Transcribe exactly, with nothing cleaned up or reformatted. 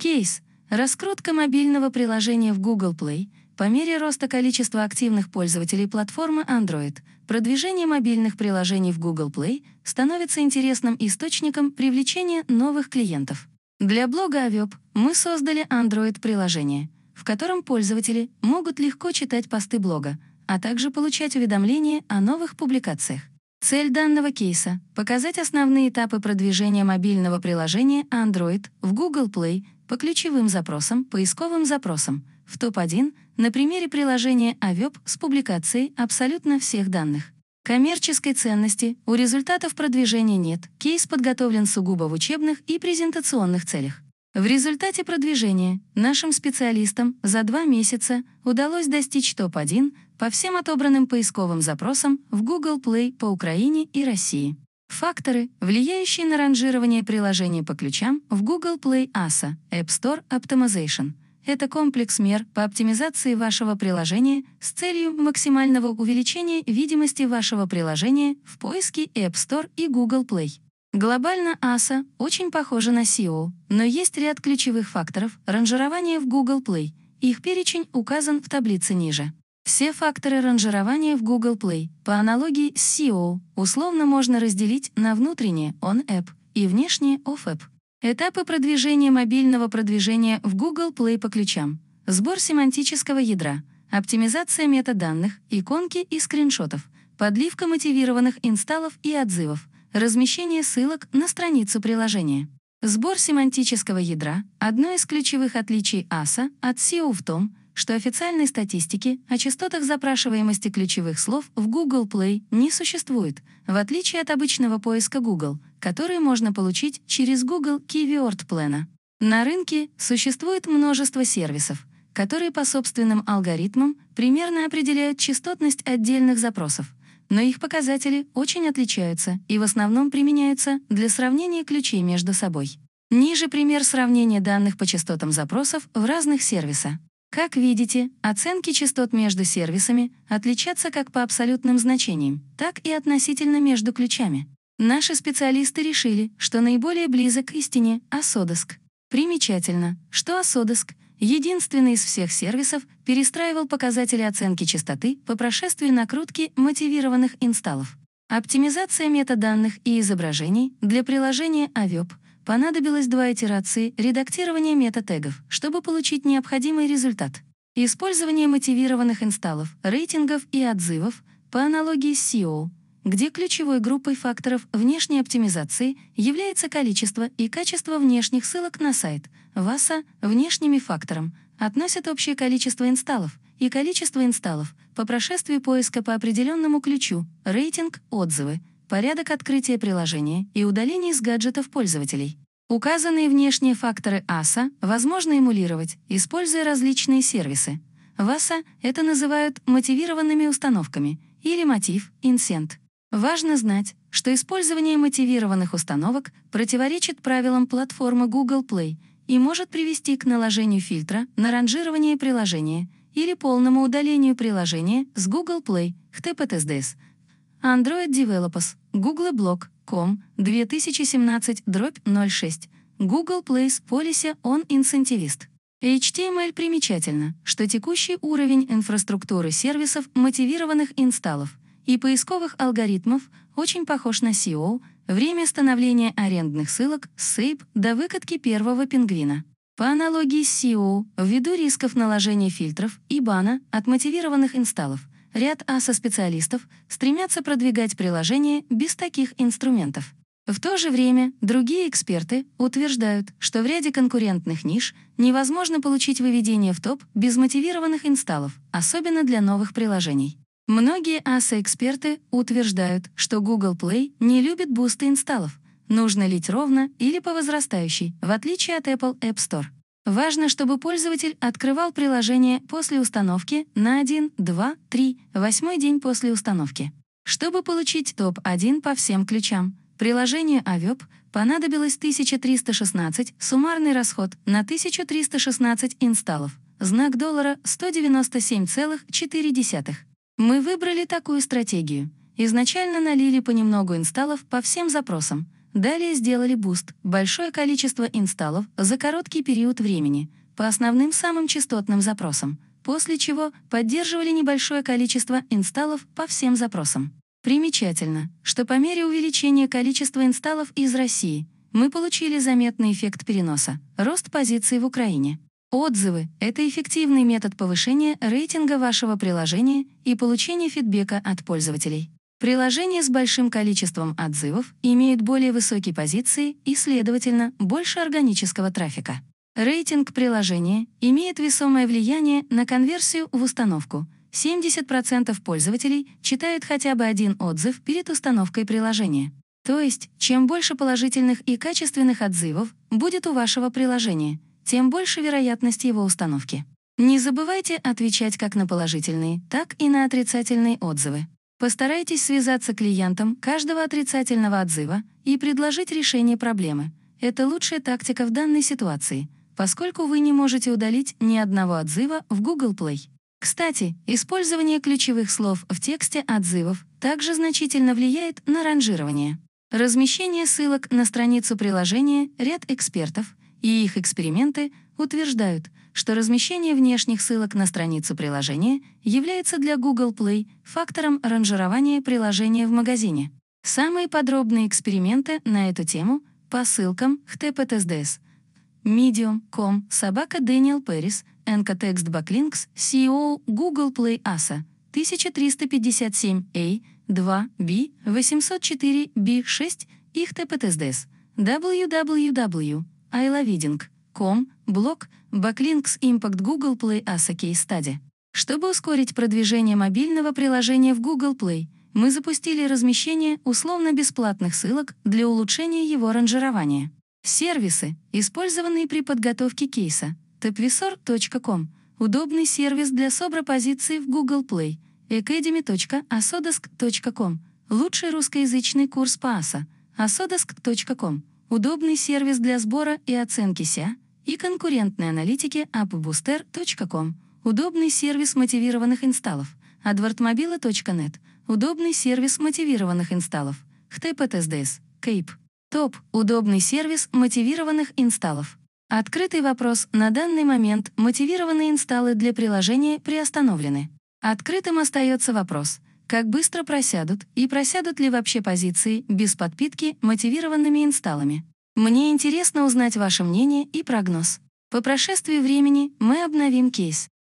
Кейс. Раскрутка мобильного приложения в Google Play. По мере роста количества активных пользователей платформы Android, продвижение мобильных приложений в Google Play становится интересным источником привлечения новых клиентов. Для блога Авёп мы создали Android-приложение, в котором пользователи могут легко читать посты блога, а также получать уведомления о новых публикациях. Цель данного кейса – показать основные этапы продвижения мобильного приложения Android в Google Play по ключевым запросам, поисковым запросам, в топ один на примере приложения Авёп с публикацией абсолютно всех данных. Коммерческой ценности у результатов продвижения нет, кейс подготовлен сугубо в учебных и презентационных целях. В результате продвижения нашим специалистам за два месяца удалось достичь топ один по всем отобранным поисковым запросам в Google Play по Украине и России. Факторы, влияющие на ранжирование приложений по ключам в Google Play эй эс эй App Store Optimization. Это комплекс мер по оптимизации вашего приложения с целью максимального увеличения видимости вашего приложения в поиске App Store и Google Play. Глобально эй эс эй очень похожа на сео, но есть ряд ключевых факторов ранжирования в Google Play. Их перечень указан в таблице ниже. Все факторы ранжирования в Google Play, по аналогии с сео, условно можно разделить на внутреннее on-app и внешнее off-app. Этапы продвижения мобильного продвижения в Google Play по ключам. Сбор семантического ядра, оптимизация метаданных, иконки и скриншотов, подливка мотивированных инсталлов и отзывов, размещение ссылок на страницу приложения. Сбор семантического ядра – одно из ключевых отличий эй эс эй от сео в том, что официальной статистики о частотах запрашиваемости ключевых слов в Google Play не существует, в отличие от обычного поиска Google, который можно получить через Google Keyword Planner. На рынке существует множество сервисов, которые по собственным алгоритмам примерно определяют частотность отдельных запросов, но их показатели очень отличаются и в основном применяются для сравнения ключей между собой. Ниже пример сравнения данных по частотам запросов в разных сервисах. Как видите, оценки частот между сервисами отличатся как по абсолютным значениям, так и относительно между ключами. Наши специалисты решили, что наиболее близок к истине Асодеск. Примечательно, что Асодеск, единственный из всех сервисов, перестраивал показатели оценки частоты по прошествии накрутки мотивированных инсталлов. Оптимизация метаданных и изображений для приложения Авёп. Понадобилось два итерации редактирования мета-тегов, чтобы получить необходимый результат. Использование мотивированных инсталлов, рейтингов и отзывов по аналогии с сео, где ключевой группой факторов внешней оптимизации является количество и качество внешних ссылок на сайт. В эй эс эй внешними фактором относят общее количество инсталлов и количество инсталлов по прошествии поиска по определенному ключу, рейтинг, отзывы, порядок открытия приложения и удалений с гаджетов пользователей. Указанные внешние факторы эй эс эй возможно эмулировать, используя различные сервисы. В эй эс эй это называют мотивированными установками или мотив, инсент. Важно знать, что использование мотивированных установок противоречит правилам платформы Google Play и может привести к наложению фильтра на ранжирование приложения или полному удалению приложения с Google Play, эйч ти ти пи эс ди эс. Android Developers, Google.blog точка ком, две тысячи семнадцать ноль шесть, Google Place Policy on Incentivist. эйч ти эм эль примечательно, что текущий уровень инфраструктуры сервисов мотивированных инсталлов и поисковых алгоритмов очень похож на сео, время становления арендных ссылок с сейп до выкатки первого пингвина. По аналогии с сео, ввиду рисков наложения фильтров и бана от мотивированных инсталлов, ряд эй эс эй-специалистов стремятся продвигать приложение без таких инструментов. В то же время другие эксперты утверждают, что в ряде конкурентных ниш невозможно получить выведение в топ без мотивированных инсталлов, особенно для новых приложений. Многие эй эс эй-эксперты утверждают, что Google Play не любит бусты инсталлов, нужно лить ровно или по возрастающей, в отличие от Apple App Store. Важно, чтобы пользователь открывал приложение после установки на один, два, три, восьмой день после установки. Чтобы получить топ один по всем ключам, приложению Авёп понадобилось тысяча триста шестнадцать, суммарный расход на тысячу триста шестнадцать инсталлов, знак доллара сто девяносто семь целых четыре десятых. Мы выбрали такую стратегию. Изначально налили понемногу инсталлов по всем запросам, Далее сделали буст, большое количество инсталлов за короткий период времени, по основным самым частотным запросам, после чего поддерживали небольшое количество инсталлов по всем запросам. Примечательно, что по мере увеличения количества инсталлов из России мы получили заметный эффект переноса, рост позиций в Украине. Отзывы — это эффективный метод повышения рейтинга вашего приложения и получения фидбэка от пользователей. Приложения с большим количеством отзывов имеют более высокие позиции и, следовательно, больше органического трафика. Рейтинг приложения имеет весомое влияние на конверсию в установку. семьдесят процентов пользователей читают хотя бы один отзыв перед установкой приложения. То есть, чем больше положительных и качественных отзывов будет у вашего приложения, тем больше вероятность его установки. Не забывайте отвечать как на положительные, так и на отрицательные отзывы. Постарайтесь связаться с клиентом каждого отрицательного отзыва и предложить решение проблемы. Это лучшая тактика в данной ситуации, поскольку вы не можете удалить ни одного отзыва в Google Play. Кстати, использование ключевых слов в тексте отзывов также значительно влияет на ранжирование. Размещение ссылок на страницу приложения ряд экспертов и их эксперименты утверждают, что размещение внешних ссылок на страницу приложения является для Google Play фактором ранжирования приложения в магазине. Самые подробные эксперименты на эту тему по ссылкам эйч ти ти пи эс ди эс. Medium точка ком, собака Дэниел Пэрис, эн ка Text Backlinks, си и о Google Play эй эс эй, тысяча триста пятьдесят семь эй, два би, восемьсот четыре би шесть, эйч ти ти пи эс ди эс, дабл ю дабл ю дабл ю точка ай лавидинг точка ком, блог, Backlinks Impact Google Play эй эс эй Case Study. Чтобы ускорить продвижение мобильного приложения в Google Play, мы запустили размещение условно-бесплатных ссылок для улучшения его ранжирования. Сервисы, использованные при подготовке кейса. топвисор точка ком – удобный сервис для собра позиций в Google Play. academy точка асодеск точка ком – лучший русскоязычный курс по эй эс эй. асодеск точка ком – удобный сервис для сбора и оценки эс и о и конкурентной аналитики. апбустер точка ком – удобный сервис мотивированных инсталлов. адвертмобила точка нет – удобный сервис мотивированных инсталлов. эйч ти ти пи эс ди эс, Cape. Топ – удобный сервис мотивированных инсталлов. Открытый вопрос: на данный момент мотивированные инсталлы для приложения приостановлены. Открытым остается вопрос, как быстро просядут и просядут ли вообще позиции без подпитки мотивированными инсталлами. Мне интересно узнать ваше мнение и прогноз. По прошествии времени мы обновим кейс.